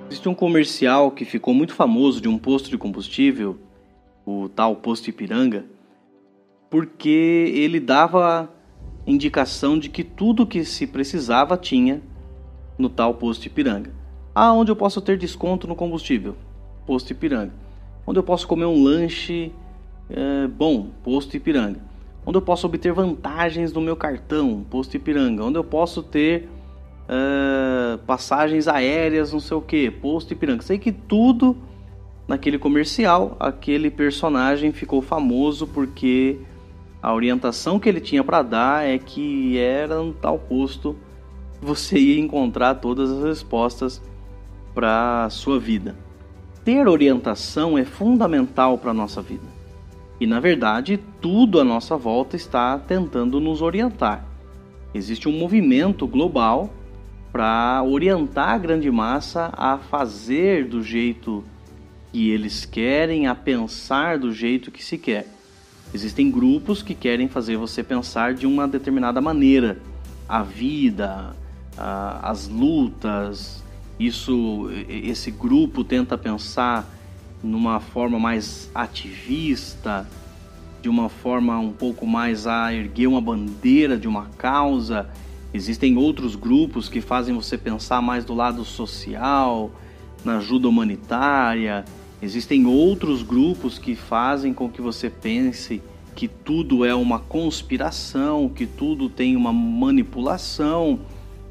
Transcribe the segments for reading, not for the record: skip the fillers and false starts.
Existe um comercial que ficou muito famoso de um posto de combustível, o tal Posto Ipiranga, porque ele dava indicação de que tudo que se precisava tinha no tal Posto Ipiranga. Onde eu posso ter desconto no combustível? Posto Ipiranga. Onde eu posso comer um lanche bom? Posto Ipiranga. Onde eu posso obter vantagens no meu cartão? Posto Ipiranga. Onde eu posso ter passagens aéreas, não sei o que? Posto Ipiranga. Sei que tudo naquele comercial, aquele personagem ficou famoso porque a orientação que ele tinha para dar é que era um tal posto que você ia encontrar todas as respostas para a sua vida. Ter orientação é fundamental para a nossa vida. E na verdade, tudo à nossa volta está tentando nos orientar. Existe um movimento global para orientar a grande massa a fazer do jeito que eles querem, a pensar do jeito que se quer. Existem grupos que querem fazer você pensar de uma determinada maneira. A vida, as lutas, esse grupo tenta pensar numa forma mais ativista, de uma forma um pouco mais a erguer uma bandeira de uma causa. Existem outros grupos que fazem você pensar mais do lado social, na ajuda humanitária. Existem outros grupos que fazem com que você pense que tudo é uma conspiração, que tudo tem uma manipulação.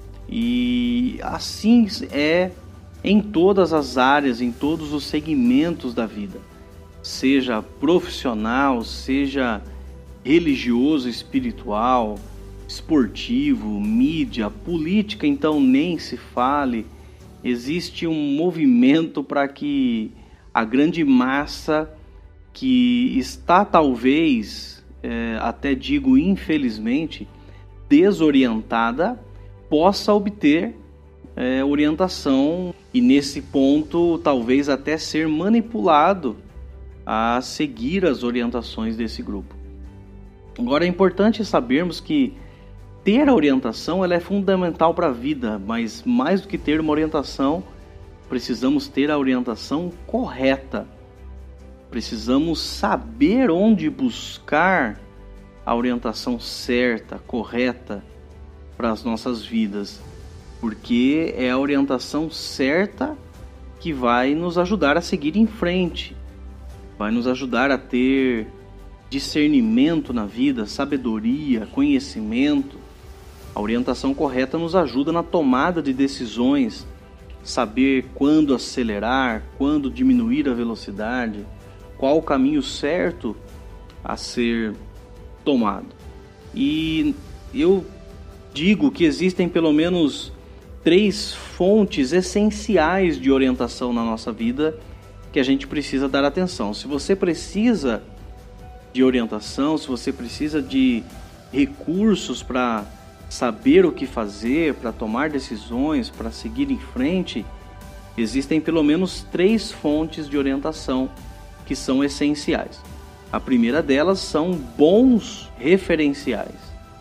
E assim é em todas as áreas, em todos os segmentos da vida. Seja profissional, seja religioso, espiritual, esportivo, mídia, política, então nem se fale. Existe um movimento para que a grande massa que está talvez, até digo infelizmente, desorientada, possa obter orientação e nesse ponto talvez até ser manipulado a seguir as orientações desse grupo. Agora é importante sabermos que ter a orientação ela é fundamental para a vida, mas mais do que ter uma orientação, precisamos ter a orientação correta. Precisamos saber onde buscar a orientação certa, correta para as nossas vidas, porque é a orientação certa que vai nos ajudar a seguir em frente, vai nos ajudar a ter discernimento na vida, sabedoria, conhecimento. A orientação correta nos ajuda na tomada de decisões, saber quando acelerar, quando diminuir a velocidade, qual o caminho certo a ser tomado. E eu digo que existem pelo menos 3 fontes essenciais de orientação na nossa vida que a gente precisa dar atenção. Se você precisa de orientação, se você precisa de recursos para saber o que fazer, para tomar decisões, para seguir em frente, existem pelo menos 3 fontes de orientação que são essenciais. A primeira delas são bons referenciais.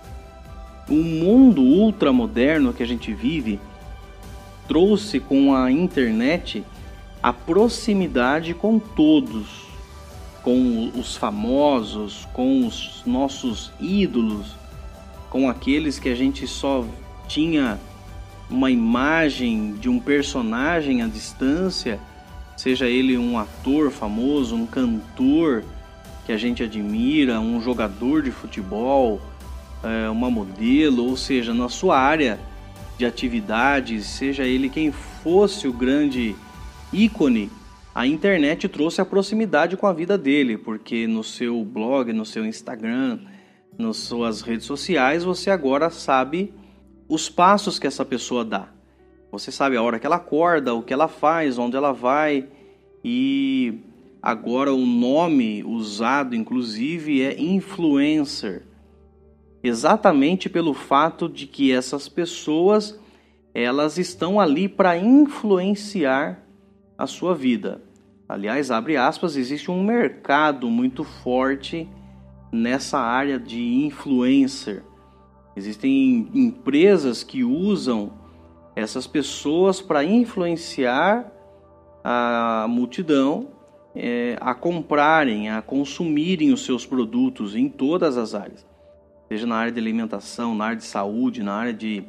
O mundo ultramoderno que a gente vive trouxe com a internet a proximidade com todos, com os famosos, com os nossos ídolos, com aqueles que a gente só tinha uma imagem de um personagem à distância, seja ele um ator famoso, um cantor que a gente admira, um jogador de futebol, uma modelo, ou seja, na sua área de atividades, seja ele quem fosse o grande ícone, a internet trouxe a proximidade com a vida dele, porque no seu blog, no seu Instagram, nas suas redes sociais, você agora sabe os passos que essa pessoa dá. Você sabe a hora que ela acorda, o que ela faz, onde ela vai. E agora o nome usado, inclusive, é influencer. Exatamente pelo fato de que essas pessoas, elas estão ali para influenciar a sua vida. Aliás, abre aspas, existe um mercado muito forte nessa área de influencer. Existem empresas que usam essas pessoas para influenciar a multidão a comprarem, a consumirem os seus produtos em todas as áreas, seja na área de alimentação, na área de saúde, na área de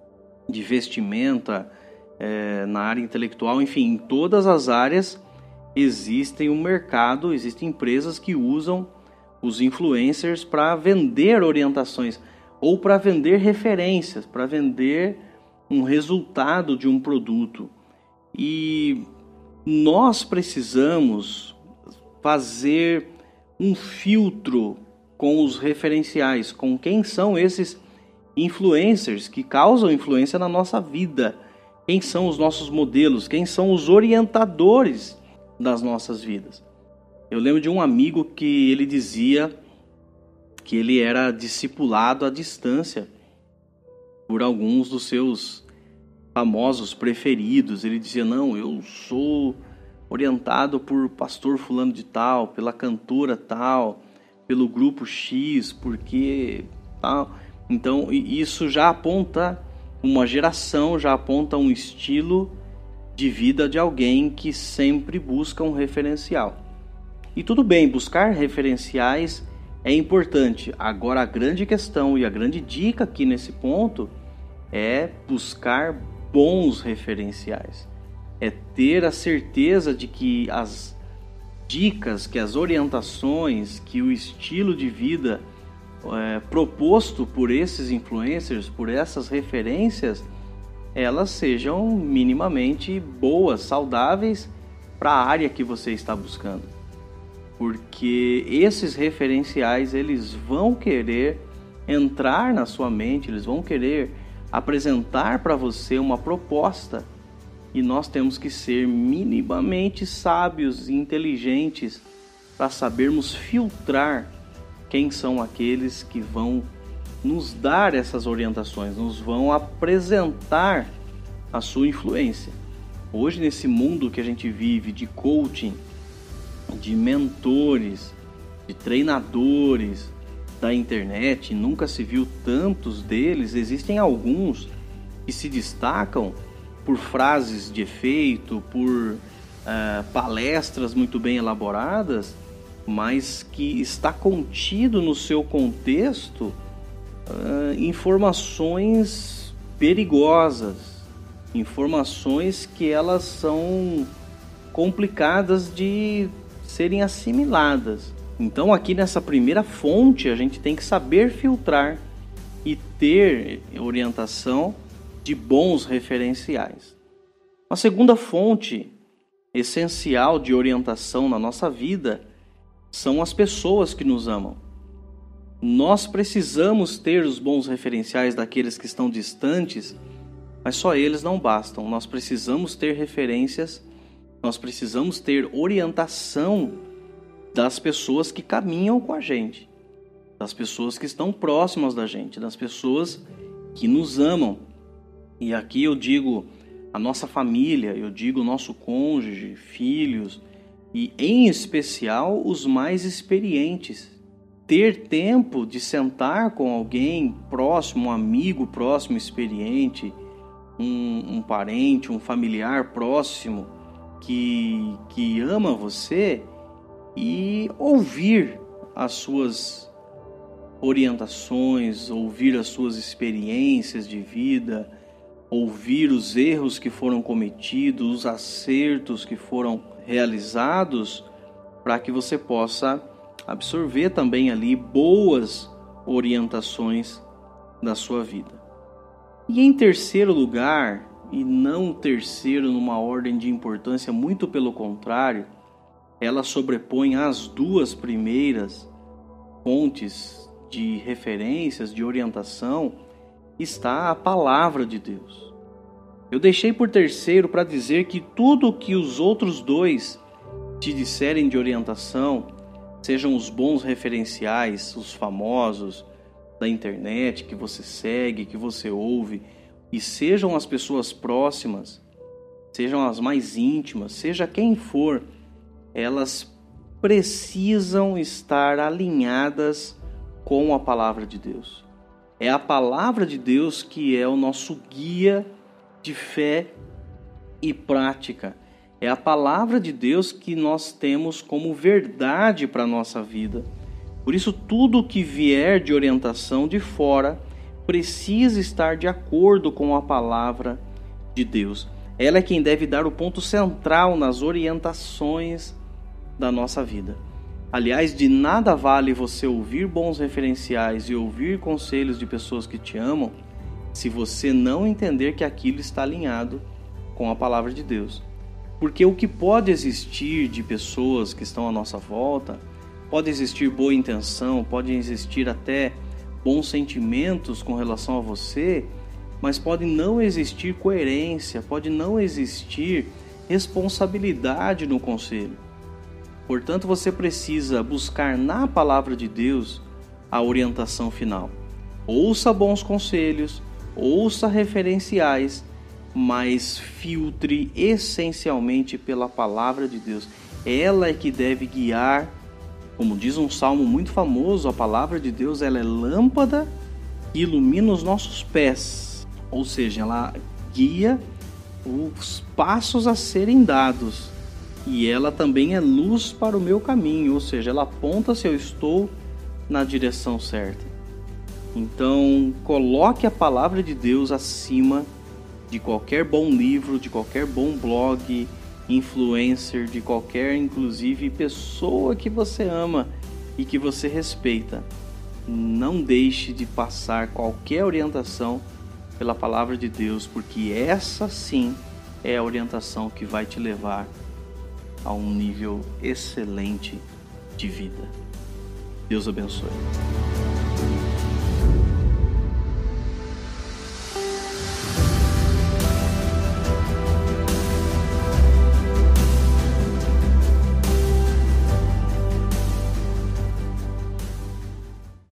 vestimenta, na área intelectual, enfim, em todas as áreas existem um mercado, existem empresas que usam os influencers para vender orientações ou para vender referências, para vender um resultado de um produto. E nós precisamos fazer um filtro com os referenciais, com quem são esses influencers que causam influência na nossa vida, quem são os nossos modelos, quem são os orientadores das nossas vidas. Eu lembro de um amigo que ele dizia que ele era discipulado à distância por alguns dos seus famosos preferidos. Ele dizia, não, eu sou orientado por pastor fulano de tal, pela cantora tal, pelo grupo X, porque tal. Então isso já aponta uma geração, já aponta um estilo de vida de alguém que sempre busca um referencial. E tudo bem, buscar referenciais é importante. Agora a grande questão e a grande dica aqui nesse ponto é buscar bons referenciais. É ter a certeza de que as dicas, que as orientações, que o estilo de vida proposto por esses influencers, por essas referências, elas sejam minimamente boas, saudáveis para a área que você está buscando. Porque esses referenciais, eles vão querer entrar na sua mente, eles vão querer apresentar para você uma proposta, e nós temos que ser minimamente sábios e inteligentes para sabermos filtrar quem são aqueles que vão nos dar essas orientações, nos vão apresentar a sua influência. Hoje, nesse mundo que a gente vive de coaching, de mentores, de treinadores da internet, nunca se viu tantos deles. Existem alguns que se destacam por frases de efeito, por palestras muito bem elaboradas, mas que está contido no seu contexto informações perigosas, informações que elas são complicadas de serem assimiladas. Então aqui nessa primeira fonte a gente tem que saber filtrar e ter orientação de bons referenciais. A segunda fonte essencial de orientação na nossa vida são as pessoas que nos amam. Nós precisamos ter os bons referenciais daqueles que estão distantes, mas só eles não bastam. Nós precisamos ter referências, nós precisamos ter orientação das pessoas que caminham com a gente, das pessoas que estão próximas da gente, das pessoas que nos amam. E aqui eu digo a nossa família, eu digo o nosso cônjuge, filhos e em especial os mais experientes. Ter tempo de sentar com alguém próximo, um amigo próximo, experiente, um parente, um familiar próximo que ama você e ouvir as suas orientações, ouvir as suas experiências de vida, ouvir os erros que foram cometidos, os acertos que foram realizados, para que você possa absorver também ali boas orientações da sua vida. E em terceiro lugar, e não terceiro numa ordem de importância, muito pelo contrário, ela sobrepõe as duas primeiras fontes de referências, de orientação, está a palavra de Deus. Eu deixei por terceiro para dizer que tudo que os outros dois te disserem de orientação, sejam os bons referenciais, os famosos da internet que você segue, que você ouve, e sejam as pessoas próximas, sejam as mais íntimas, seja quem for, elas precisam estar alinhadas com a palavra de Deus. É a palavra de Deus que é o nosso guia de fé e prática. É a palavra de Deus que nós temos como verdade para a nossa vida. Por isso, tudo que vier de orientação de fora precisa estar de acordo com a palavra de Deus. Ela é quem deve dar o ponto central nas orientações da nossa vida. Aliás, de nada vale você ouvir bons referenciais e ouvir conselhos de pessoas que te amam se você não entender que aquilo está alinhado com a palavra de Deus. Porque o que pode existir de pessoas que estão à nossa volta, pode existir boa intenção, pode existir até bons sentimentos com relação a você, mas pode não existir coerência, pode não existir responsabilidade no conselho. Portanto, você precisa buscar na palavra de Deus a orientação final. Ouça bons conselhos, ouça referenciais, mas filtre essencialmente pela palavra de Deus. Ela é que deve guiar, como diz um salmo muito famoso, a palavra de Deus ela é lâmpada que ilumina os nossos pés. Ou seja, ela guia os passos a serem dados. E ela também é luz para o meu caminho, ou seja, ela aponta se eu estou na direção certa. Então, coloque a palavra de Deus acima de qualquer bom livro, de qualquer bom blog, influencer, de qualquer, inclusive, pessoa que você ama e que você respeita. Não deixe de passar qualquer orientação pela palavra de Deus, porque essa sim é a orientação que vai te levar a um nível excelente de vida. Deus abençoe.